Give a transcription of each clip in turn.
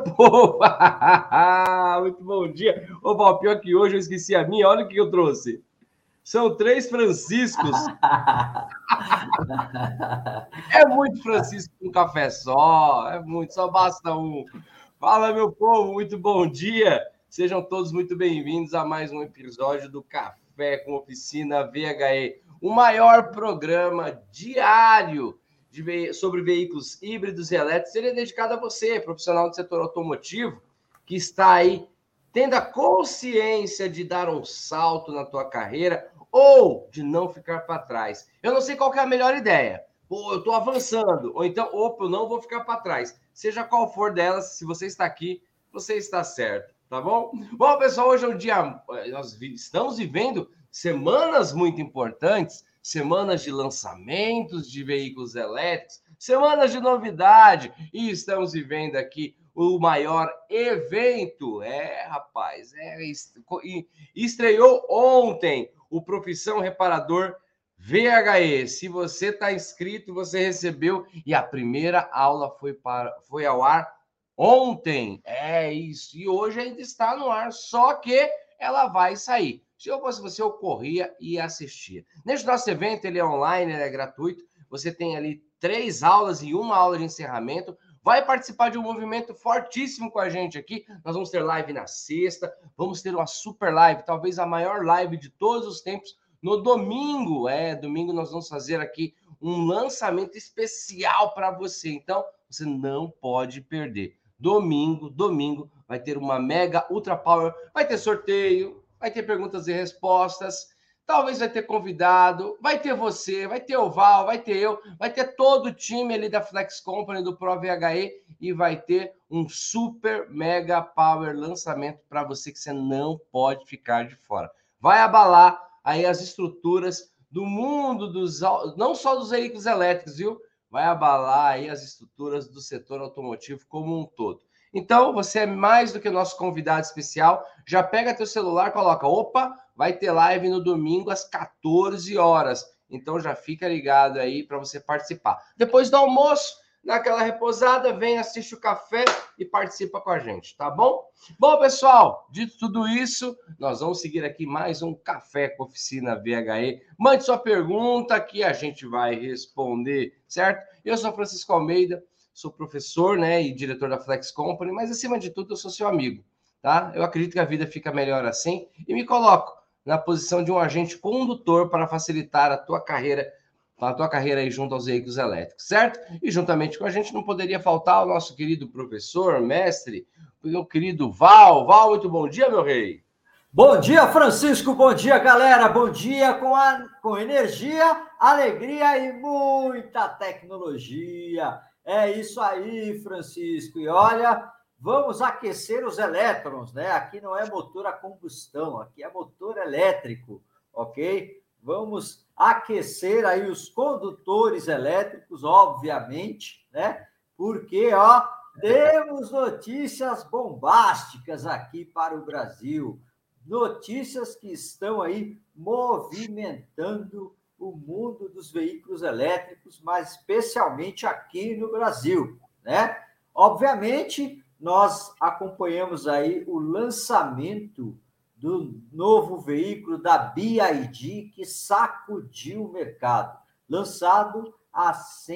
povo! Muito bom dia. Ô, Val, pior que hoje eu esqueci a minha. Olha o que eu trouxe. São 3 Franciscos. É muito Francisco com um café só. É muito, só basta um. Fala, meu povo, muito bom dia. Sejam todos muito bem-vindos a mais um episódio do Café com Oficina VHE, o maior programa diário sobre veículos híbridos e elétricos. Ele é dedicado a você, profissional do setor automotivo, que está aí tendo a consciência de dar um salto na tua carreira ou de não ficar para trás. Eu não sei qual que é a melhor ideia. Pô, eu estou avançando. Ou então, opa, eu não vou ficar para trás. Seja qual for delas, se você está aqui, você está certo, tá bom? Bom, pessoal, hoje é um dia... Nós estamos vivendo semanas muito importantes, semanas de lançamentos de veículos elétricos, semanas de novidade, e estamos vivendo aqui o maior evento. Rapaz, estreou ontem o Profissão Reparador VHE. Se você está inscrito, você recebeu, e a primeira aula foi ao ar ontem. É isso, e hoje ainda está no ar, só que ela vai sair. Se eu fosse você, eu corria e assistia. Neste nosso evento, ele é online, ele é gratuito, você tem ali 3 aulas e 1 aula de encerramento. Vai participar de um movimento fortíssimo com a gente aqui. Nós vamos ter live na sexta, vamos ter uma super live, talvez a maior live de todos os tempos, no domingo. Domingo nós vamos fazer aqui um lançamento especial para você. Então, você não pode perder. Domingo, vai ter uma mega ultra power, vai ter sorteio, vai ter perguntas e respostas, talvez vai ter convidado, vai ter você, vai ter o Val, vai ter eu, vai ter todo o time ali da Flex Company, do Pro VHE, e vai ter um super mega power lançamento para você que você não pode ficar de fora. Vai abalar aí as estruturas do mundo não só dos veículos elétricos, viu? Vai abalar aí as estruturas do setor automotivo como um todo. Então, você é mais do que nosso convidado especial. Já pega teu celular, coloca, opa, vai ter live no domingo às 14 horas. Então, já fica ligado aí para você participar. Depois do almoço, naquela repousada, vem, assiste o café e participa com a gente, tá bom? Bom, pessoal, dito tudo isso, nós vamos seguir aqui mais um Café com Oficina VHE. Mande sua pergunta que a gente vai responder, certo? Eu sou Francisco Almeida, sou professor, né, e diretor da Flex Company, mas acima de tudo eu sou seu amigo, tá? Eu acredito que a vida fica melhor assim e me coloco na posição de um agente condutor para facilitar a tua carreira aí junto aos veículos elétricos, certo? E juntamente com a gente não poderia faltar o nosso querido professor, mestre, o querido Val. Val, muito bom dia, meu rei. Bom dia, Francisco. Bom dia, galera. Bom dia com energia, alegria e muita tecnologia. É isso aí, Francisco. E olha, vamos aquecer os elétrons, né? Aqui não é motor a combustão, aqui é motor elétrico, ok? Vamos aquecer aí os condutores elétricos, obviamente, né? Porque, temos notícias bombásticas aqui para o Brasil. Notícias que estão aí movimentando o mundo dos veículos elétricos, mas especialmente aqui no Brasil, né? Obviamente, nós acompanhamos aí o lançamento do novo veículo da BYD que sacudiu o mercado, lançado a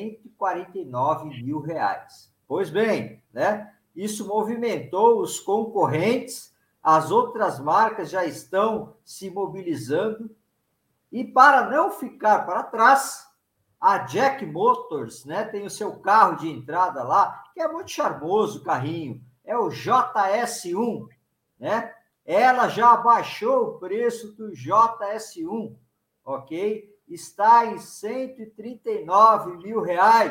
R$149 mil. Pois bem, né? Isso movimentou os concorrentes. As outras marcas já estão se mobilizando. E para não ficar para trás, a Jack Motors, né, tem o seu carro de entrada lá, que é muito charmoso o carrinho, é o JS1, né? Ela já abaixou o preço do JS1, ok? Está em R$139 mil.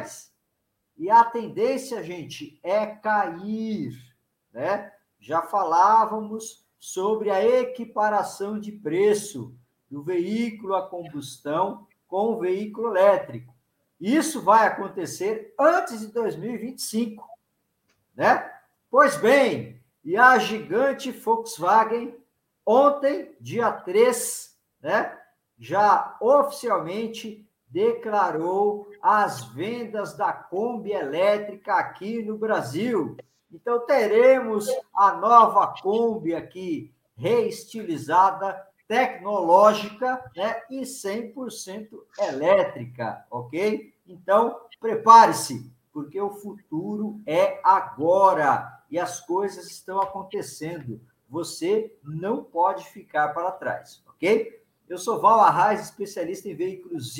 E a tendência, gente, é cair, né? Já falávamos sobre a equiparação de preço do veículo a combustão com o veículo elétrico. Isso vai acontecer antes de 2025, né? Pois bem, e a gigante Volkswagen, ontem, dia 3, né, já oficialmente declarou as vendas da Kombi elétrica aqui no Brasil. Então, teremos a nova Kombi aqui, reestilizada, tecnológica, né, e 100% elétrica, ok? Então, prepare-se, porque o futuro é agora e as coisas estão acontecendo. Você não pode ficar para trás, ok? Eu sou Val Arraes, especialista em veículos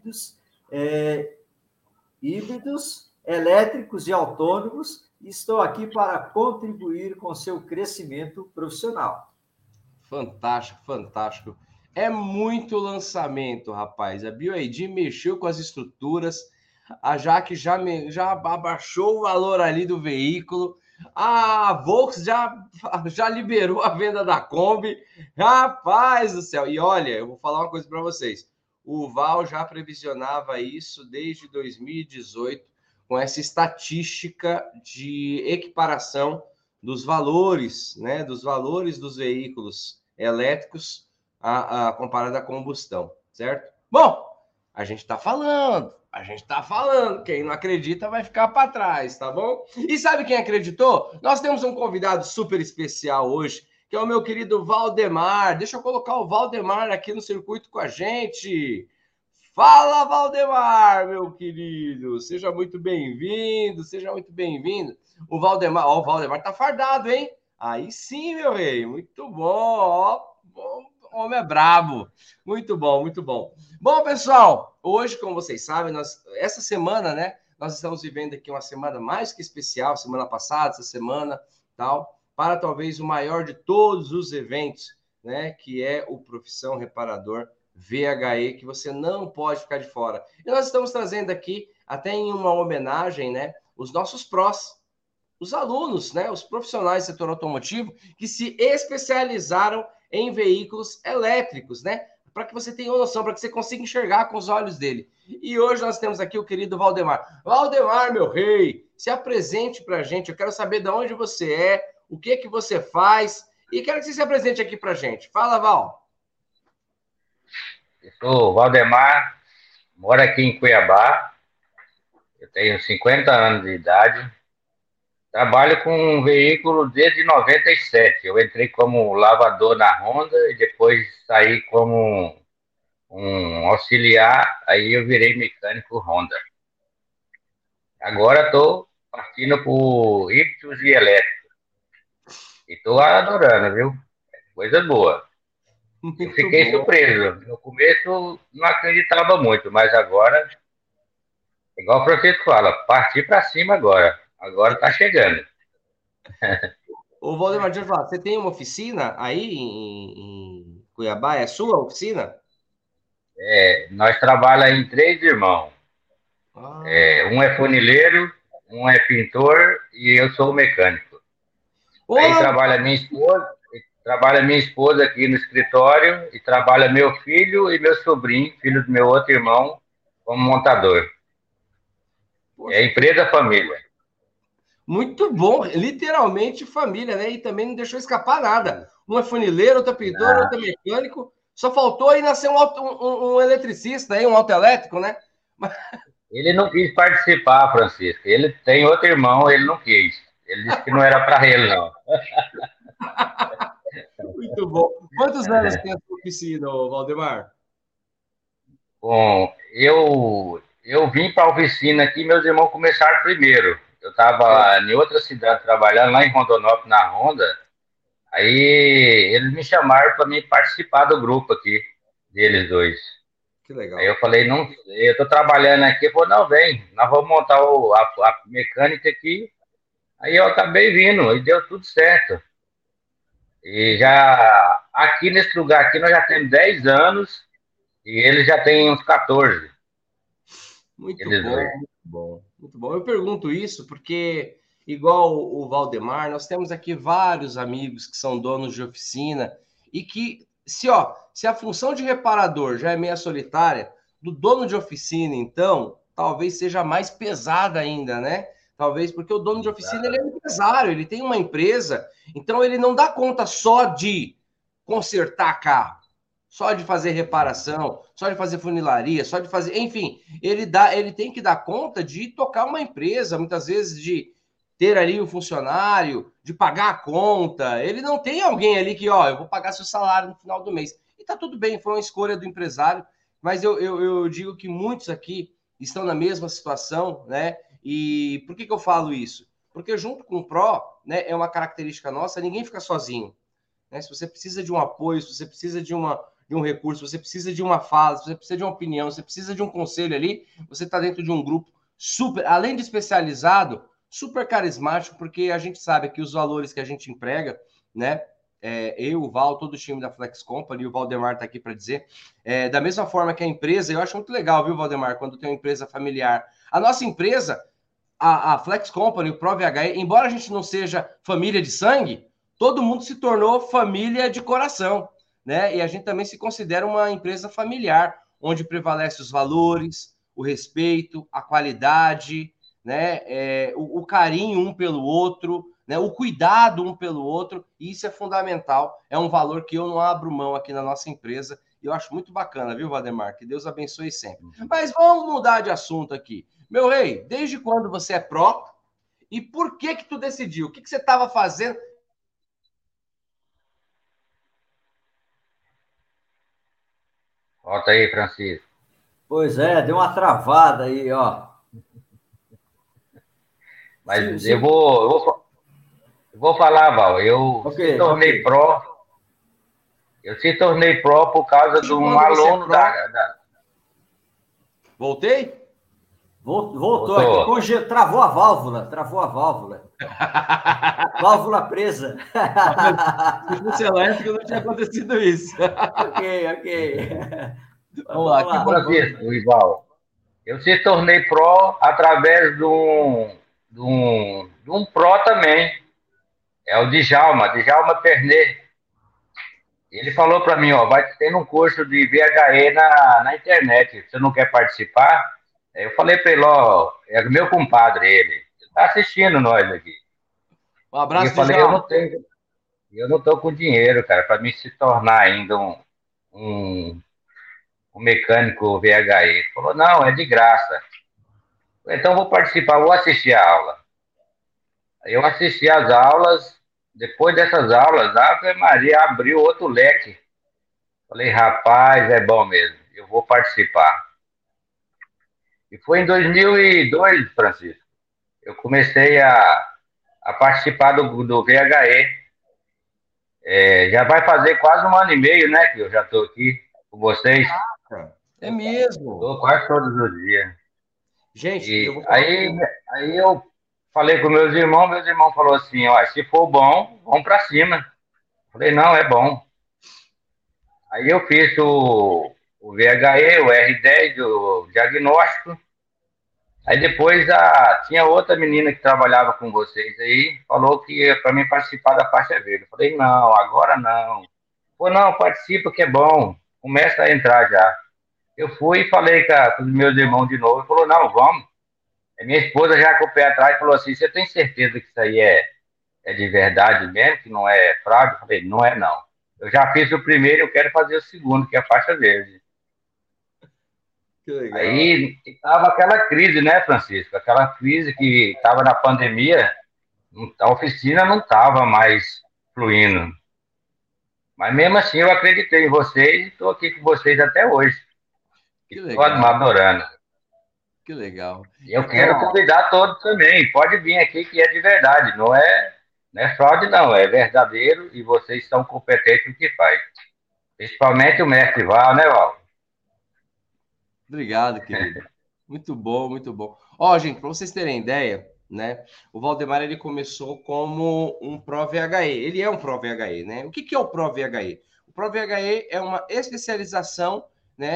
híbridos, elétricos e autônomos, e estou aqui para contribuir com seu crescimento profissional. Fantástico, fantástico. É muito lançamento, rapaz. A BYD mexeu com as estruturas, a Jaque já abaixou o valor ali do veículo, a Volks já liberou a venda da Kombi. Rapaz do céu! E olha, eu vou falar uma coisa para vocês. O Val já previsionava isso desde 2018, com essa estatística de equiparação dos valores, né, dos valores dos veículos elétricos comparado à combustão, certo? Bom, a gente está falando. Quem não acredita vai ficar para trás, tá bom? E sabe quem acreditou? Nós temos um convidado super especial hoje, que é o meu querido Valdemar. Deixa eu colocar o Valdemar aqui no circuito com a gente. Fala, Valdemar, meu querido. Seja muito bem-vindo, seja muito bem-vindo. O Valdemar tá fardado, hein? Aí sim, meu rei. Muito bom, ó. O homem é brabo. Muito bom, muito bom. Bom, pessoal, hoje, como vocês sabem, essa semana, né? Nós estamos vivendo aqui uma semana mais que especial, semana passada, essa semana, tal, para talvez o maior de todos os eventos, né? Que é o Profissão Reparador VHE, que você não pode ficar de fora. E nós estamos trazendo aqui, até em uma homenagem, né? Os nossos prós, os alunos, né? Os profissionais do setor automotivo que se especializaram em veículos elétricos, né? Para que você tenha uma noção, para que você consiga enxergar com os olhos dele. E hoje nós temos aqui o querido Valdemar. Valdemar, meu rei, se apresente para a gente. Eu quero saber de onde você é, o que você faz, e quero que você se apresente aqui para a gente. Fala, Val. Eu sou o Valdemar, moro aqui em Cuiabá, eu tenho 50 anos de idade, trabalho com um veículo desde 97. Eu entrei como lavador na Honda e depois saí como um auxiliar, aí eu virei mecânico Honda. Agora estou partindo por híbridos e elétricos. E estou adorando, viu? Coisa boa. Eu fiquei surpreso. No começo não acreditava muito, mas agora, igual o Francisco fala, partir para cima agora. Agora está chegando. O Valdemar, deixa eu falar, você tem uma oficina aí em Cuiabá? É sua oficina? Nós trabalhamos em 3 irmãos. Um é funileiro, um é pintor e eu sou o mecânico. Aí trabalha minha esposa aqui no escritório e trabalha meu filho e meu sobrinho, filho do meu outro irmão, como montador. Poxa, É empresa família. muito bom, literalmente família, né? E também não deixou escapar nada. Um é funileiro, outro é pintor, outro é mecânico. Só faltou aí nascer um eletricista, aí, um autoelétrico, né? Ele não quis participar, Francisco. Ele tem outro irmão, ele não quis. Ele disse que não era para ele, não. Muito bom. Quantos anos tem a sua oficina, Valdemar? Bom, eu vim para a oficina aqui, meus irmãos começaram primeiro. Eu estava em outra cidade trabalhando, lá em Rondonópolis, na Honda. Aí eles me chamaram para mim participar do grupo aqui, deles dois. Que legal. Aí eu falei, não sei, eu estou trabalhando aqui. Ele falou, não, vem, nós vamos montar a mecânica aqui. Aí eu acabei vindo, e deu tudo certo. E já, aqui nesse lugar aqui, nós já temos 10 anos, e eles já têm uns 14. Muito bom, muito bom, muito bom. Eu pergunto isso porque, igual o Valdemar, nós temos aqui vários amigos que são donos de oficina e que, se a função de reparador já é meia solitária, do dono de oficina, então, talvez seja mais pesada ainda, né? Talvez porque o dono de oficina ele é empresário, ele tem uma empresa, então ele não dá conta só de consertar carro, só de fazer reparação, só de fazer funilaria, só de fazer, enfim, ele tem que dar conta de tocar uma empresa, muitas vezes de ter ali o funcionário, de pagar a conta. Ele não tem alguém ali que, ó, eu vou pagar seu salário no final do mês. E tá tudo bem, foi uma escolha do empresário, mas eu digo que muitos aqui estão na mesma situação, né? E por que eu falo isso? Porque junto com o PRO, né, é uma característica nossa, ninguém fica sozinho. Né? Se você precisa de um apoio, se você precisa de um recurso, se você precisa de uma fala, se você precisa de uma opinião, se você precisa de um conselho ali, você está dentro de um grupo super, além de especializado, super carismático, porque a gente sabe que os valores que a gente emprega, né? Eu, o Val, todo o time da Flex Company, o Valdemar está aqui para dizer, da mesma forma que a empresa, eu acho muito legal, viu, Valdemar, quando tem uma empresa familiar. A nossa empresa, a Flex Company, o ProVHE, embora a gente não seja família de sangue, todo mundo se tornou família de coração, né? E a gente também se considera uma empresa familiar, onde prevalece os valores, o respeito, a qualidade, né? O carinho um pelo outro, né? O cuidado um pelo outro, e isso é fundamental, é um valor que eu não abro mão aqui na nossa empresa, e eu acho muito bacana, viu, Valdemar? Que Deus abençoe sempre. Mas vamos mudar de assunto aqui. Meu rei, desde quando você é pró? E por que tu decidiu? O que você estava fazendo? Volta aí, Francisco. Pois é, deu uma travada aí, ó. Mas eu vou falar, Val. Eu se tornei pró. Eu se tornei pró por causa de um aluno da... Voltei? Voltou aqui, travou a válvula. Válvula presa. Se fosse elétrico, não tinha acontecido isso. Ok. Vamos lá. Francisco, Ival, eu se tornei pró através de um pró também. É o Djalma Pernet. Ele falou para mim, ó, vai ter um curso de VHE na internet. Você não quer participar? Eu falei para ele, ó, é meu compadre, ele está assistindo nós aqui. Um abraço, e eu falei, eu não tô com dinheiro, cara, para me se tornar ainda um mecânico VHE. Ele falou, não, é de graça. Então vou participar, vou assistir a aula. Aí eu assisti às aulas, depois dessas aulas, Ave Maria abriu outro leque. Falei, rapaz, é bom mesmo, eu vou participar. E foi em 2002, Francisco, eu comecei a participar do VHE. Já vai fazer quase 1 ano e meio, né, que eu já estou aqui com vocês. É mesmo? Estou quase todos os dias. Gente, aí eu falei com meus irmãos falaram assim, ó, se for bom, vamos para cima. Falei, não, é bom. Aí eu fiz o VHE, o R10, o diagnóstico. Aí depois tinha outra menina que trabalhava com vocês aí, falou que para mim participar da faixa verde. Eu falei, não, agora não. Pô, não, participa que é bom. Começa a entrar já. Eu fui e falei com os meus irmãos de novo. Ele falou, não, vamos. A minha esposa já com o pé atrás falou assim, você tem certeza que isso aí é de verdade mesmo, que não é fraude? Eu falei, não é não. Eu já fiz o primeiro, eu quero fazer o segundo, que é a faixa verde. Que legal. Aí estava aquela crise, né, Francisco? Aquela crise que estava na pandemia, a oficina não estava mais fluindo. Mas mesmo assim eu acreditei em vocês e estou aqui com vocês até hoje. Que legal. Estou adorando. Que legal. E eu quero convidar todos também. Pode vir aqui que é de verdade. Não é fraude, não. É verdadeiro e vocês são competentes no que faz. Principalmente o mestre Val, né, Val? Obrigado, querido. Muito bom, muito bom. Ó, gente, para vocês terem ideia, né? O Valdemar, ele começou como um Pro VHE. Ele é um Pro VHE, né? O que é o Pro VHE? O Pro VHE é uma especialização, né,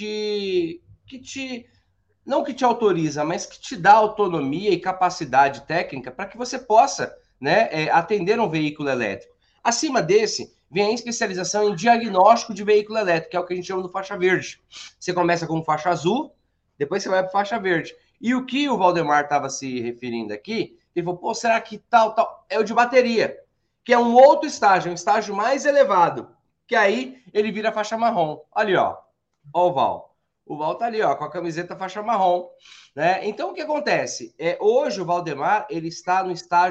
não que te autoriza, mas que te dá autonomia e capacidade técnica para que você possa, né, atender um veículo elétrico. Acima desse, vem a especialização em diagnóstico de veículo elétrico, que é o que a gente chama de faixa verde. Você começa como faixa azul, depois você vai para faixa verde. E o que o Valdemar estava se referindo aqui, ele falou, pô, será que tal, é o de bateria, que é um outro estágio, um estágio mais elevado, que aí ele vira faixa marrom. Ali, ó o Val. O Val tá ali, ó, com a camiseta faixa marrom, né? Então, o que acontece? Hoje o Valdemar, ele está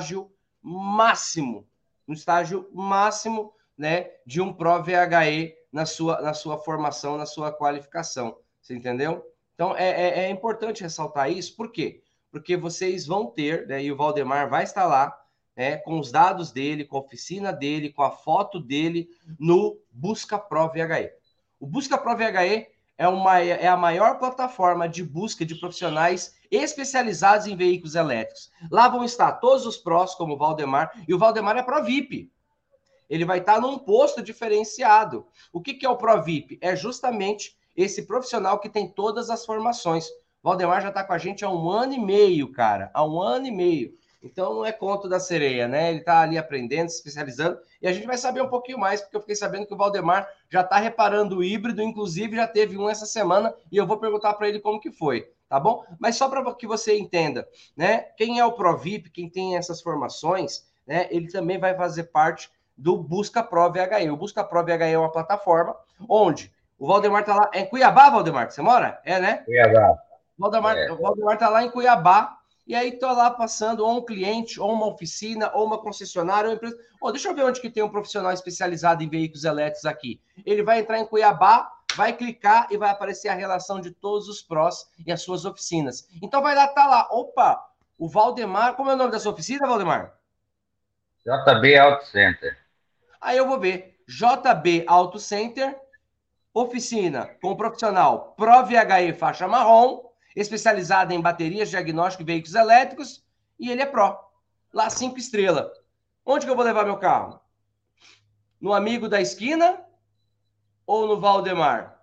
no estágio máximo, né, de um Pro VHE na sua formação, na sua qualificação. Você entendeu? Então, é importante ressaltar isso. Por quê? Porque vocês vão ter, né, e o Valdemar vai estar lá, né, com os dados dele, com a oficina dele, com a foto dele no Busca Pro VHE. O Busca Pro VHE é a maior plataforma de busca de profissionais especializados em veículos elétricos. Lá vão estar todos os prós, como o Valdemar, e o Valdemar é Pro VIP. Ele vai estar num posto diferenciado. O que é o Pro VIP? É justamente esse profissional que tem todas as formações. O Valdemar já está com a gente há 1 ano e meio, cara. Há 1 ano e meio. Então não é conto da sereia, né? Ele está ali aprendendo, se especializando. E a gente vai saber um pouquinho mais, porque eu fiquei sabendo que o Valdemar já está reparando o híbrido, inclusive já teve um essa semana, e eu vou perguntar para ele como que foi, tá bom? Mas só para que você entenda, né? Quem é o Pro VIP, quem tem essas formações, né? Ele também vai fazer parte do Busca Pro VHE. O Busca Pro VHE é uma plataforma onde o Valdemar está lá. É em Cuiabá, Valdemar, que você mora? É, né? Cuiabá. O Valdemar está lá em Cuiabá. E aí estou lá passando ou um cliente, ou uma oficina, ou uma concessionária, ou uma empresa. Deixa eu ver onde que tem um profissional especializado em veículos elétricos aqui. Ele vai entrar em Cuiabá, vai clicar e vai aparecer a relação de todos os prós e as suas oficinas. Então vai lá, tá lá. Opa, o Valdemar, como é o nome da sua oficina, Valdemar? JB Auto Center. Aí eu vou ver JB Auto Center, oficina com profissional Pro VHE faixa marrom, especializada em baterias, diagnóstico e veículos elétricos, e ele é Pro. Lá 5 estrelas. Onde que eu vou levar meu carro? No amigo da esquina ou no Valdemar?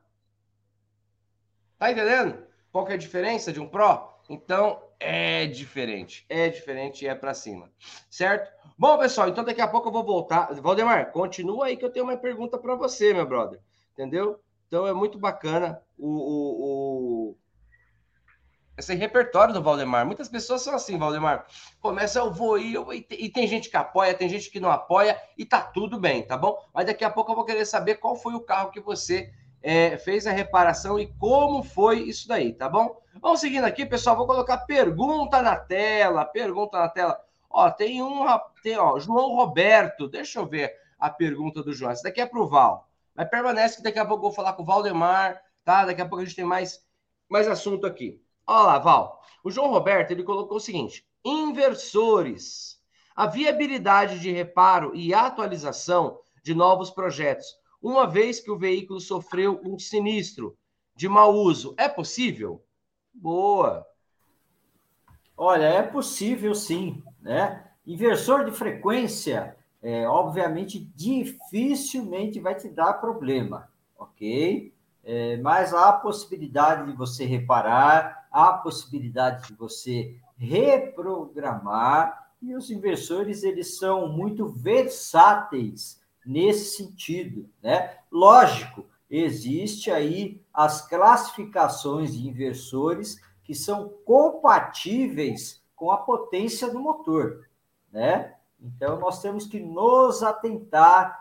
Tá entendendo? Qual que é a diferença de um Pro? Então, é diferente e é para cima, certo? Bom, pessoal, então daqui a pouco eu vou voltar. Valdemar, continua aí que eu tenho uma pergunta para você, meu brother, entendeu? Então é muito bacana esse repertório do Valdemar. Muitas pessoas são assim, Valdemar. Começa, eu vou ir, e tem gente que apoia, tem gente que não apoia, e tá tudo bem, tá bom? Mas daqui a pouco eu vou querer saber qual foi o carro que você fez a reparação e como foi isso daí, tá bom? Vamos seguindo aqui, pessoal. Vou colocar pergunta na tela. Pergunta na tela. Ó, ó, João Roberto. Deixa eu ver a pergunta do João. Essa daqui é pro Val. Mas permanece que daqui a pouco eu vou falar com o Valdemar, tá? Daqui a pouco a gente tem mais assunto aqui. Olha lá, Val. O João Roberto, ele colocou o seguinte: inversores. A viabilidade de reparo e atualização de novos projetos, uma vez que o veículo sofreu um sinistro de mau uso, é possível? Boa. Olha, é possível sim, né? Inversor de frequência, obviamente, dificilmente vai te dar problema, ok? Mas há a possibilidade de você reparar, há a possibilidade de você reprogramar, e os inversores, eles são muito versáteis nesse sentido, né? Lógico, existe aí as classificações de inversores que são compatíveis com a potência do motor, né? Então, nós temos que nos atentar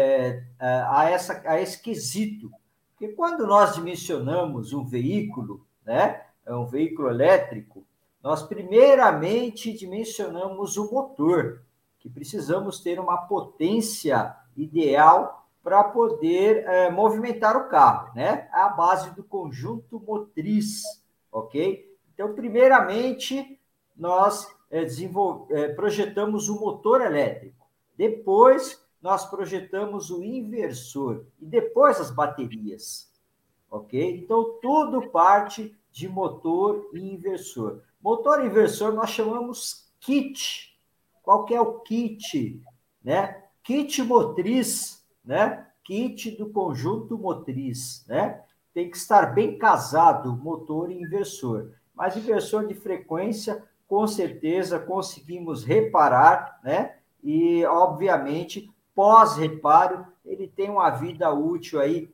a esse quesito. Porque quando nós dimensionamos um veículo, né, um veículo elétrico, nós primeiramente dimensionamos o motor, que precisamos ter uma potência ideal para poder movimentar o carro, né? A base do conjunto motriz, ok? Então, primeiramente, nós projetamos o motor elétrico. Depois, nós projetamos o inversor. E depois, as baterias, ok? Então, tudo parte de motor e inversor. Motor e inversor nós chamamos kit. Qual que é o kit? Né? Kit motriz, né? Kit do conjunto motriz, né? Tem que estar bem casado motor e inversor. Mas inversor de frequência, com certeza, conseguimos reparar, né? E, obviamente, pós-reparo, ele tem uma vida útil aí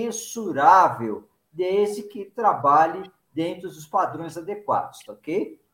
imensurável, desde que trabalhe dentro dos padrões adequados, ok?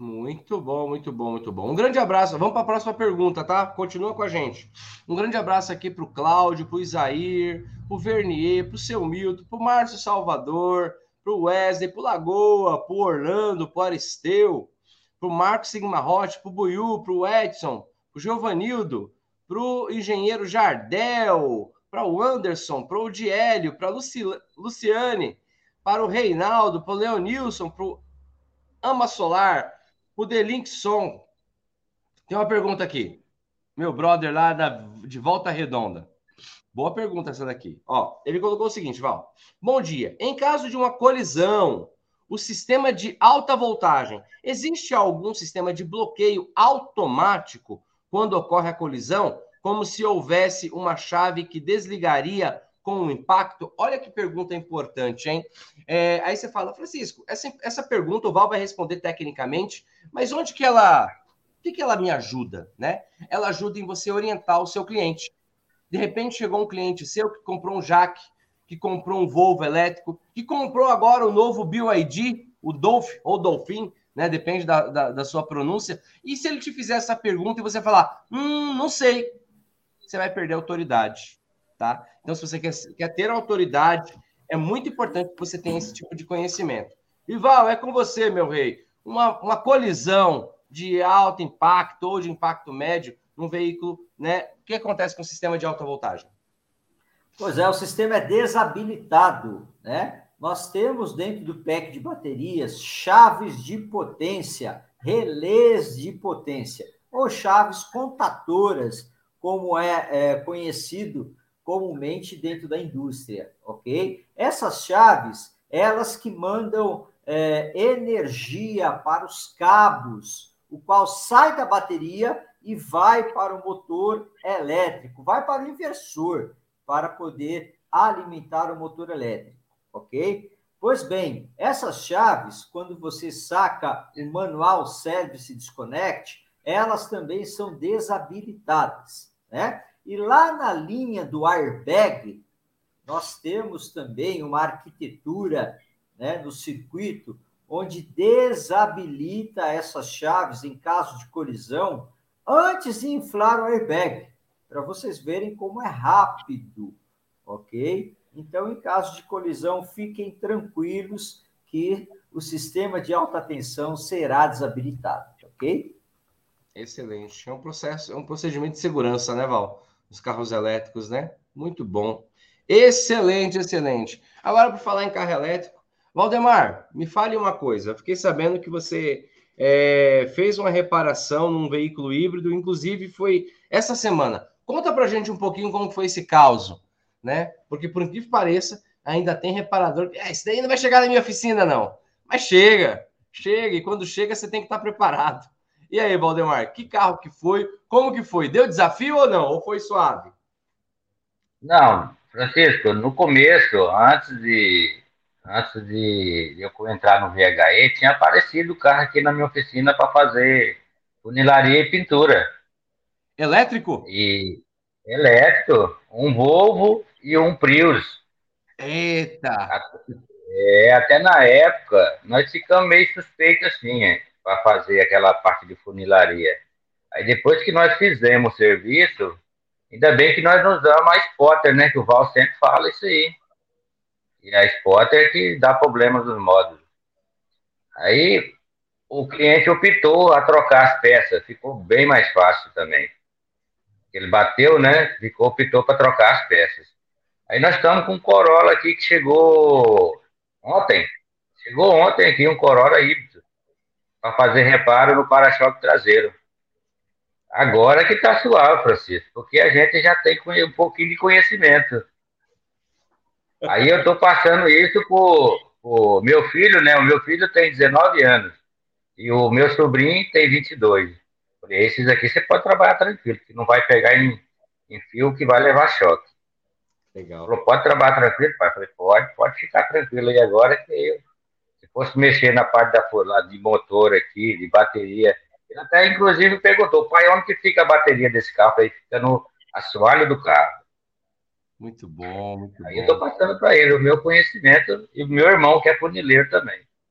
Muito bom, muito bom, muito bom. Um grande abraço. Vamos para a próxima pergunta, tá? Continua com a gente. Um grande abraço aqui para o Cláudio, para o Isair, para o Vernier, para o Seu Milton, para o Márcio Salvador, para o Wesley, para o Lagoa, para o Orlando, para o Aristeu, para o Marcos Sigmarote, para o Buiu, para o Edson, para o Giovanildo, para o engenheiro Jardel, para o Anderson, para o Diélio, para a Luciane, para o Reinaldo, para o Leonilson, para o Ama Solar, o Delinkson. Tem uma pergunta aqui. Meu brother lá de Volta Redonda. Boa pergunta essa daqui. Ó, ele colocou o seguinte, Val. Bom dia. Em caso de uma colisão, o sistema de alta voltagem, existe algum sistema de bloqueio automático quando ocorre a colisão? Como se houvesse uma chave que desligaria com o impacto? Olha que pergunta importante, hein? Aí você fala, Francisco, essa pergunta o Val vai responder tecnicamente, mas onde que ela... O que ela me ajuda, né? Ela ajuda em você orientar o seu cliente. De repente chegou um cliente seu que comprou um jack, que comprou um Volvo elétrico, que comprou agora o novo BYD, o Dolph ou Dolphin, né? Depende da sua pronúncia. E se ele te fizer essa pergunta e você falar, não sei, você vai perder a autoridade, tá? Então, se você quer ter autoridade, é muito importante que você tenha esse tipo de conhecimento. E Val, é com você, meu rei. Uma colisão de alto impacto ou de impacto médio num veículo, né? O que acontece com o sistema de alta voltagem? Pois é, o sistema é desabilitado, né? Nós temos dentro do pack de baterias chaves de potência, relés de potência, ou chaves contatoras, como é conhecido comumente dentro da indústria, ok? Essas chaves, elas que mandam energia para os cabos, o qual sai da bateria e vai para o motor elétrico, vai para o inversor, para poder alimentar o motor elétrico, ok? Pois bem, essas chaves, quando você saca o manual Service Disconnect, elas também são desabilitadas, né? E lá na linha do airbag, nós temos também uma arquitetura, né, no circuito, onde desabilita essas chaves em caso de colisão antes de inflar o airbag, para vocês verem como é rápido, ok? Então, em caso de colisão, fiquem tranquilos que o sistema de alta tensão será desabilitado, ok? Excelente. É um procedimento de segurança, né, Val? Os carros elétricos, né? Muito bom. Excelente, excelente. Agora, por falar em carro elétrico, Valdemar, me fale uma coisa. Eu fiquei sabendo que você fez uma reparação num veículo híbrido, inclusive foi essa semana. Conta pra gente um pouquinho como foi esse caos, né? Porque, por incrível que pareça, ainda tem reparador. Isso daí não vai chegar na minha oficina, não. Mas chega, e quando chega, você tem que estar preparado. E aí, Valdemar, que carro que foi? Como que foi? Deu desafio ou não? Ou foi suave? Não, Francisco, no começo, antes de eu entrar no VHE, tinha aparecido o carro aqui na minha oficina para fazer funilaria e pintura. Elétrico? E elétrico, um Volvo e um Prius. Eita! Até na época, nós ficamos meio suspeitos assim, para fazer aquela parte de funilaria. Aí depois que nós fizemos o serviço, ainda bem que nós não usamos a spotter, né? Que o Val sempre fala isso aí. E a spotter que dá problemas nos módulos. Aí o cliente optou a trocar as peças, ficou bem mais fácil também. Ele bateu, né? Optou para trocar as peças. Aí nós estamos com um Corolla aqui que chegou ontem. Chegou ontem aqui um Corolla híbrido para fazer reparo no para-choque traseiro. Agora que tá suave, Francisco, porque a gente já tem um pouquinho de conhecimento. Aí eu tô passando isso pro meu filho, né? O meu filho tem 19 anos e o meu sobrinho tem 22. Falei, esses aqui você pode trabalhar tranquilo, que não vai pegar em fio que vai levar choque. Legal. Falou, pode trabalhar tranquilo, pai? Falei, pode ficar tranquilo aí agora, que eu, se fosse mexer na parte de motor aqui, de bateria. Ele até, inclusive, perguntou, pai, onde que fica a bateria desse carro? Aí fica no assoalho do carro. Muito bom, muito Aí bom. eu tô passando para ele o meu conhecimento e o meu irmão, que é funileiro também.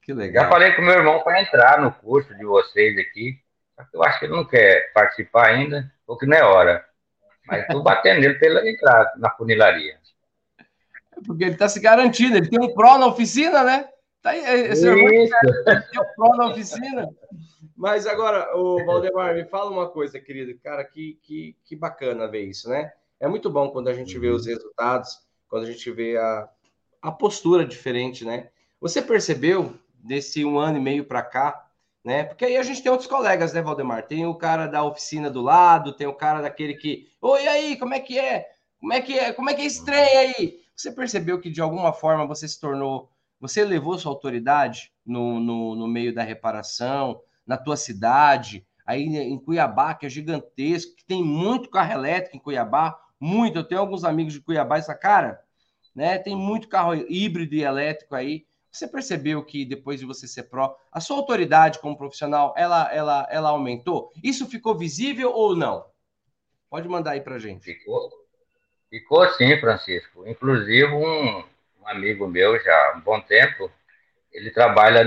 Que legal. Já falei com meu irmão para entrar no curso de vocês aqui, só que eu acho que ele não quer participar ainda, ou que não é hora. Mas estou batendo nele para ele entrar na funilaria. Porque ele está se garantindo, ele tem um pró na oficina, né? Tá aí, esse irmão tem um pró na oficina. Mas agora, o Valdemar, me fala uma coisa, querido. Cara, que bacana ver isso, né? É muito bom quando a gente vê os resultados, quando a gente vê a postura diferente, né? Você percebeu, desse 1 ano e meio para cá, né? Porque aí a gente tem outros colegas, né, Valdemar? Tem o cara da oficina do lado, tem o cara daquele que... Oi, aí, como é que é? Como é que é? Como é que é esse trem aí? Você percebeu que, de alguma forma, você se tornou... Você levou sua autoridade no meio da reparação, na tua cidade, aí em Cuiabá, que é gigantesco, que tem muito carro elétrico em Cuiabá, muito. Eu tenho alguns amigos de Cuiabá, essa cara, né? Tem muito carro híbrido e elétrico aí. Você percebeu que depois de você ser pró, a sua autoridade como profissional, ela aumentou? Isso ficou visível ou não? Pode mandar aí pra gente. Ficou sim, Francisco. Inclusive, um amigo meu, já há um bom tempo, ele trabalha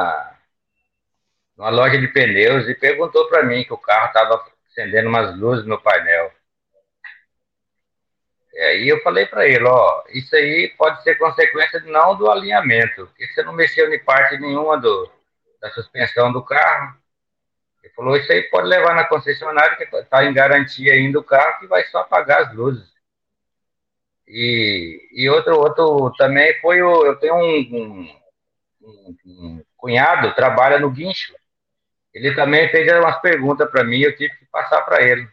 numa loja de pneus e perguntou para mim que o carro estava acendendo umas luzes no painel. E aí eu falei para ele, ó, isso aí pode ser consequência não do alinhamento, porque você não mexeu em parte nenhuma da suspensão do carro. Ele falou, isso aí pode levar na concessionária, que está em garantia ainda o carro, que vai só apagar as luzes. E outro também foi eu tenho um cunhado, trabalha no guincho. Ele também fez umas perguntas para mim, eu tive que passar para ele.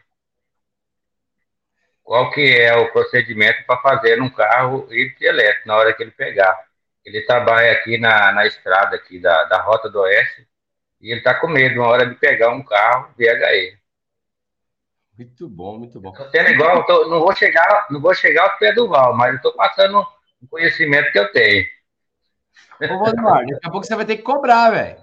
Qual que é o procedimento para fazer num carro híbrido elétrico na hora que ele pegar? Ele trabalha aqui na estrada aqui da Rota do Oeste e ele está com medo uma hora de pegar um carro VHE. Muito bom, muito bom. Tô tendo igual, não vou chegar ao pé do Val, mas eu estou passando um conhecimento que eu tenho. Ô, Valdemar, daqui a pouco você vai ter que cobrar, velho.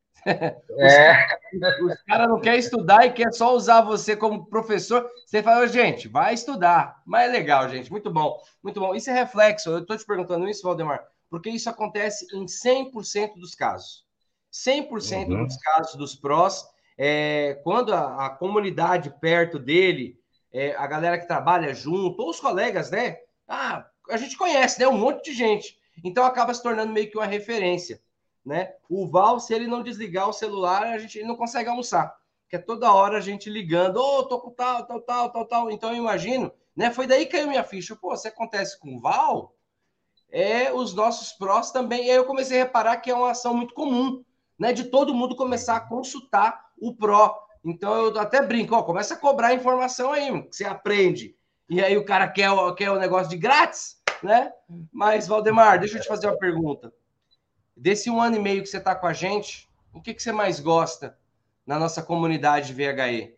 Os caras não querem estudar e quer só usar você como professor. Você fala, gente, vai estudar. Mas é legal, gente. Muito bom. Muito bom. Isso é reflexo. Eu estou te perguntando isso, Valdemar, porque isso acontece em 100% dos casos. 100% dos casos dos prós, quando a comunidade perto dele, a galera que trabalha junto, ou os colegas, né? A gente conhece, né? Um monte de gente. Então acaba se tornando meio que uma referência. Né? O Val, se ele não desligar o celular, a gente não consegue almoçar. Porque é toda hora a gente ligando, tô com tal. Então eu imagino, né? Foi daí que caiu minha ficha. Pô, se acontece com o Val, os nossos prós também. E aí eu comecei a reparar que é uma ação muito comum, né? De todo mundo começar a consultar o pró. Então eu até brinco, começa a cobrar informação aí, que você aprende. E aí o cara quer o negócio de grátis, né? Mas, Valdemar, deixa eu te fazer uma pergunta. Desse 1 ano e meio que você está com a gente, o que você mais gosta na nossa comunidade VHE?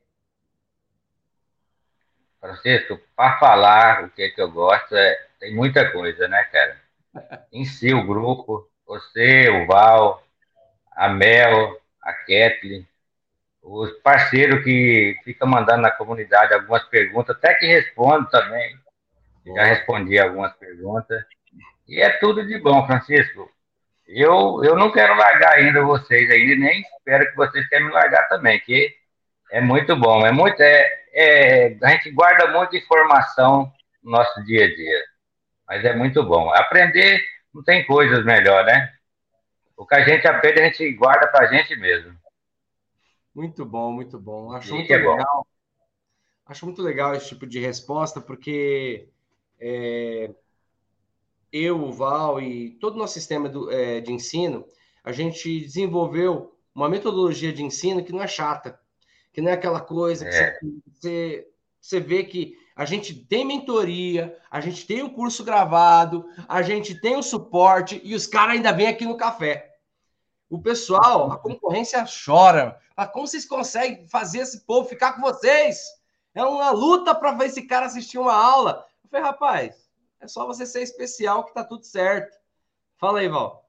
Francisco, para falar o que eu gosto, tem muita coisa, né, cara? Em si, o grupo, você, o Val, a Mel, a Kathleen, os parceiros que ficam mandando na comunidade algumas perguntas, até que respondo também. Já respondi algumas perguntas. E é tudo de bom, Francisco. Eu não quero largar ainda vocês ainda, nem espero que vocês queiram me largar também, que é muito bom. A gente guarda muita informação no nosso dia a dia, mas é muito bom. Aprender não tem coisas melhor, né? O que a gente aprende, a gente guarda para a gente mesmo. Muito bom, muito bom. Acho muito legal. Bom. Acho muito legal esse tipo de resposta, porque eu, o Val e todo o nosso sistema de ensino, a gente desenvolveu uma metodologia de ensino que não é chata, que não é aquela coisa que você vê que a gente tem mentoria, a gente tem um curso gravado, a gente tem um suporte e os caras ainda vêm aqui no café. O pessoal, a concorrência chora. Como vocês conseguem fazer esse povo ficar com vocês? É uma luta para ver esse cara assistir uma aula. Eu falei, rapaz, é só você ser especial que tá tudo certo. Fala aí, Val.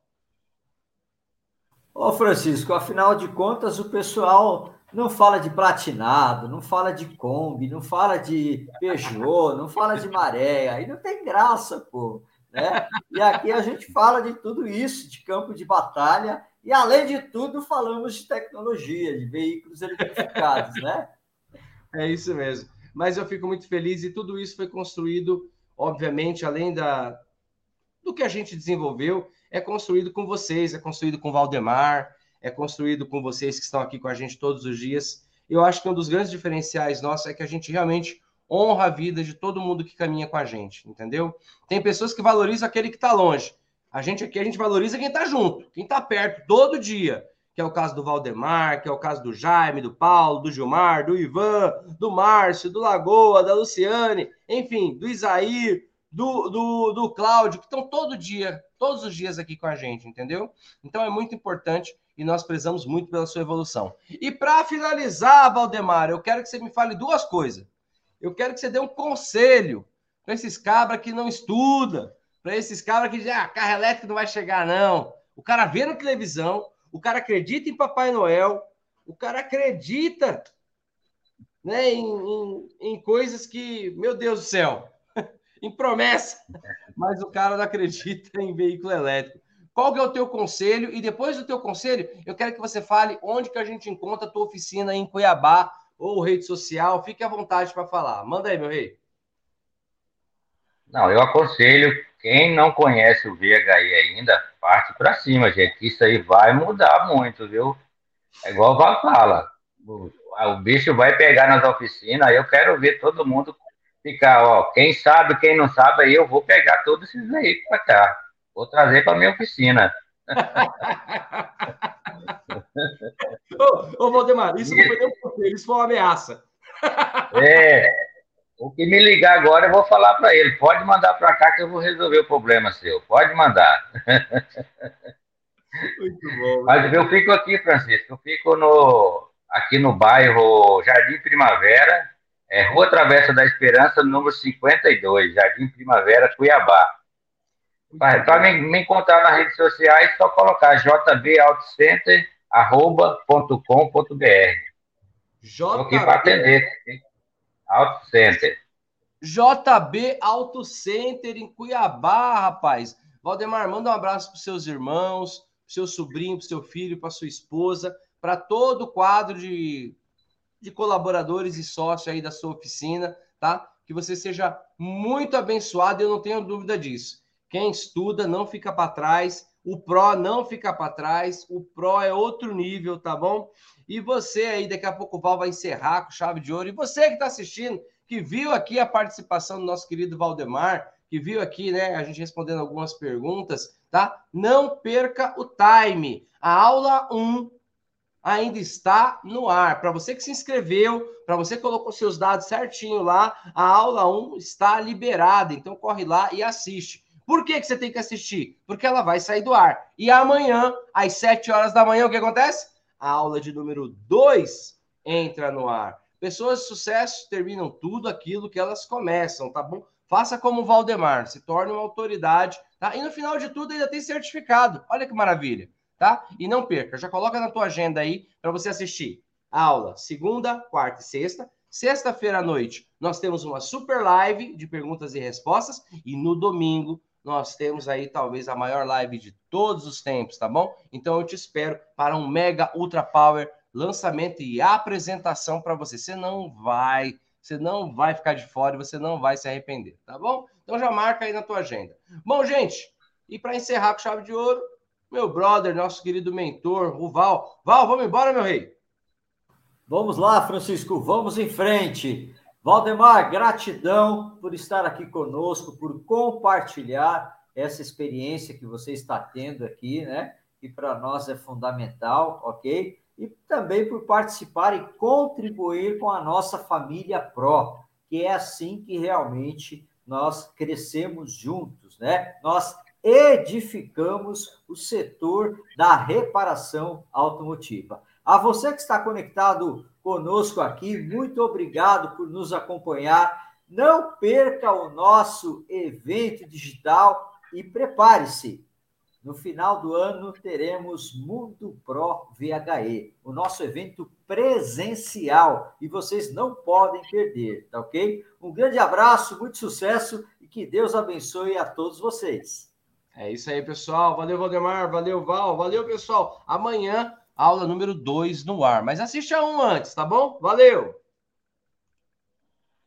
Ô, Francisco, afinal de contas, o pessoal não fala de platinado, não fala de Kombi, não fala de Peugeot, não fala de maré, aí não tem graça, pô, né? E aqui a gente fala de tudo isso, de campo de batalha, E, além de tudo, falamos de tecnologia, de veículos eletrificados, né? É isso mesmo. Mas eu fico muito feliz e tudo isso foi construído, obviamente, além do que a gente desenvolveu, é construído com vocês, é construído com o Valdemar, é construído com vocês que estão aqui com a gente todos os dias. Eu acho que um dos grandes diferenciais nossos é que a gente realmente honra a vida de todo mundo que caminha com a gente, entendeu? Tem pessoas que valorizam aquele que está longe. A gente aqui, a gente valoriza quem está junto, quem está perto, todo dia. Que é o caso do Valdemar, que é o caso do Jaime, do Paulo, do Gilmar, do Ivan, do Márcio, do Lagoa, da Luciane, enfim, do Isair, do Cláudio, que estão todo dia, todos os dias aqui com a gente, entendeu? Então é muito importante e nós prezamos muito pela sua evolução. E para finalizar, Valdemar, eu quero que você me fale duas coisas. Eu quero que você dê um conselho para esses cabras que não estudam, para esses cabras que dizem, carro elétrico não vai chegar, não. O cara vê na televisão, o cara acredita em Papai Noel, o cara acredita, né, em coisas que, meu Deus do céu, em promessa, mas o cara não acredita em veículo elétrico. Qual que é o teu conselho? E depois do teu conselho, eu quero que você fale onde que a gente encontra a tua oficina em Cuiabá ou rede social. Fique à vontade para falar. Manda aí, meu rei. Não, eu aconselho quem não conhece o VHI ainda, parte para cima, gente. Isso aí vai mudar muito, viu? É igual o Val fala. O bicho vai pegar nas oficinas, aí eu quero ver todo mundo ficar, ó. Quem sabe, quem não sabe, aí eu vou pegar todos esses veículos para cá. Vou trazer para minha oficina. Ô, Valdemar, isso não foi nem um conselho, isso foi uma ameaça. O que me ligar agora, eu vou falar para ele. Pode mandar para cá que eu vou resolver o problema seu. Pode mandar. Muito bom. Mas eu fico aqui, Francisco. Eu fico aqui no bairro Jardim Primavera, Rua Travessa da Esperança, número 52, Jardim Primavera, Cuiabá. Para me encontrar nas redes sociais, só colocar jbautocenter.com.br. Estou aqui para atender. Auto Center. JB Auto Center em Cuiabá, rapaz. Valdemar, manda um abraço para os seus irmãos, para o seu sobrinho, para o seu filho, para sua esposa, para todo o quadro de colaboradores e sócios aí da sua oficina, tá? Que você seja muito abençoado, eu não tenho dúvida disso. Quem estuda não fica para trás, o Pro não fica para trás, o Pro é outro nível, tá bom? E você aí, daqui a pouco o Val vai encerrar com chave de ouro, e você que está assistindo, que viu aqui a participação do nosso querido Valdemar, que viu aqui, né, a gente respondendo algumas perguntas, tá? Não perca o time. A aula 1 ainda está no ar. Para você que se inscreveu, para você que colocou seus dados certinho lá, a aula 1 está liberada. Então corre lá e assiste. Por que você tem que assistir? Porque ela vai sair do ar. E amanhã, às 7 horas da manhã, o que acontece? A aula de número 2 entra no ar. Pessoas de sucesso terminam tudo aquilo que elas começam, tá bom? Faça como o Valdemar, se torne uma autoridade, tá? E no final de tudo ainda tem certificado. Olha que maravilha, tá? E não perca, já coloca na tua agenda aí para você assistir. Aula segunda, quarta e sexta. Sexta-feira à noite, nós temos uma super live de perguntas e respostas. E no domingo, nós temos aí talvez a maior live de todos os tempos, tá bom? Então eu te espero para um Mega Ultra Power lançamento e apresentação para você. Você não vai ficar de fora e você não vai se arrepender, tá bom? Então já marca aí na tua agenda. Bom, gente, e para encerrar com chave de ouro, meu brother, nosso querido mentor, o Val. Val, vamos embora, meu rei? Vamos lá, Francisco, vamos em frente. Valdemar, gratidão por estar aqui conosco, por compartilhar essa experiência que você está tendo aqui, né? Que para nós é fundamental, ok? E também por participar e contribuir com a nossa família Pro, que é assim que realmente nós crescemos juntos, né? Nós edificamos o setor da reparação automotiva. A você que está conectado conosco aqui, muito obrigado por nos acompanhar. Não perca o nosso evento digital e prepare-se. No final do ano, teremos Mundo Pro VHE, o nosso evento presencial, e vocês não podem perder, tá ok? Um grande abraço, muito sucesso e que Deus abençoe a todos vocês. É isso aí, pessoal. Valeu, Valdemar. Valeu, Val. Valeu, pessoal. Amanhã, aula número 2 no ar. Mas assiste a 1 antes, tá bom? Valeu!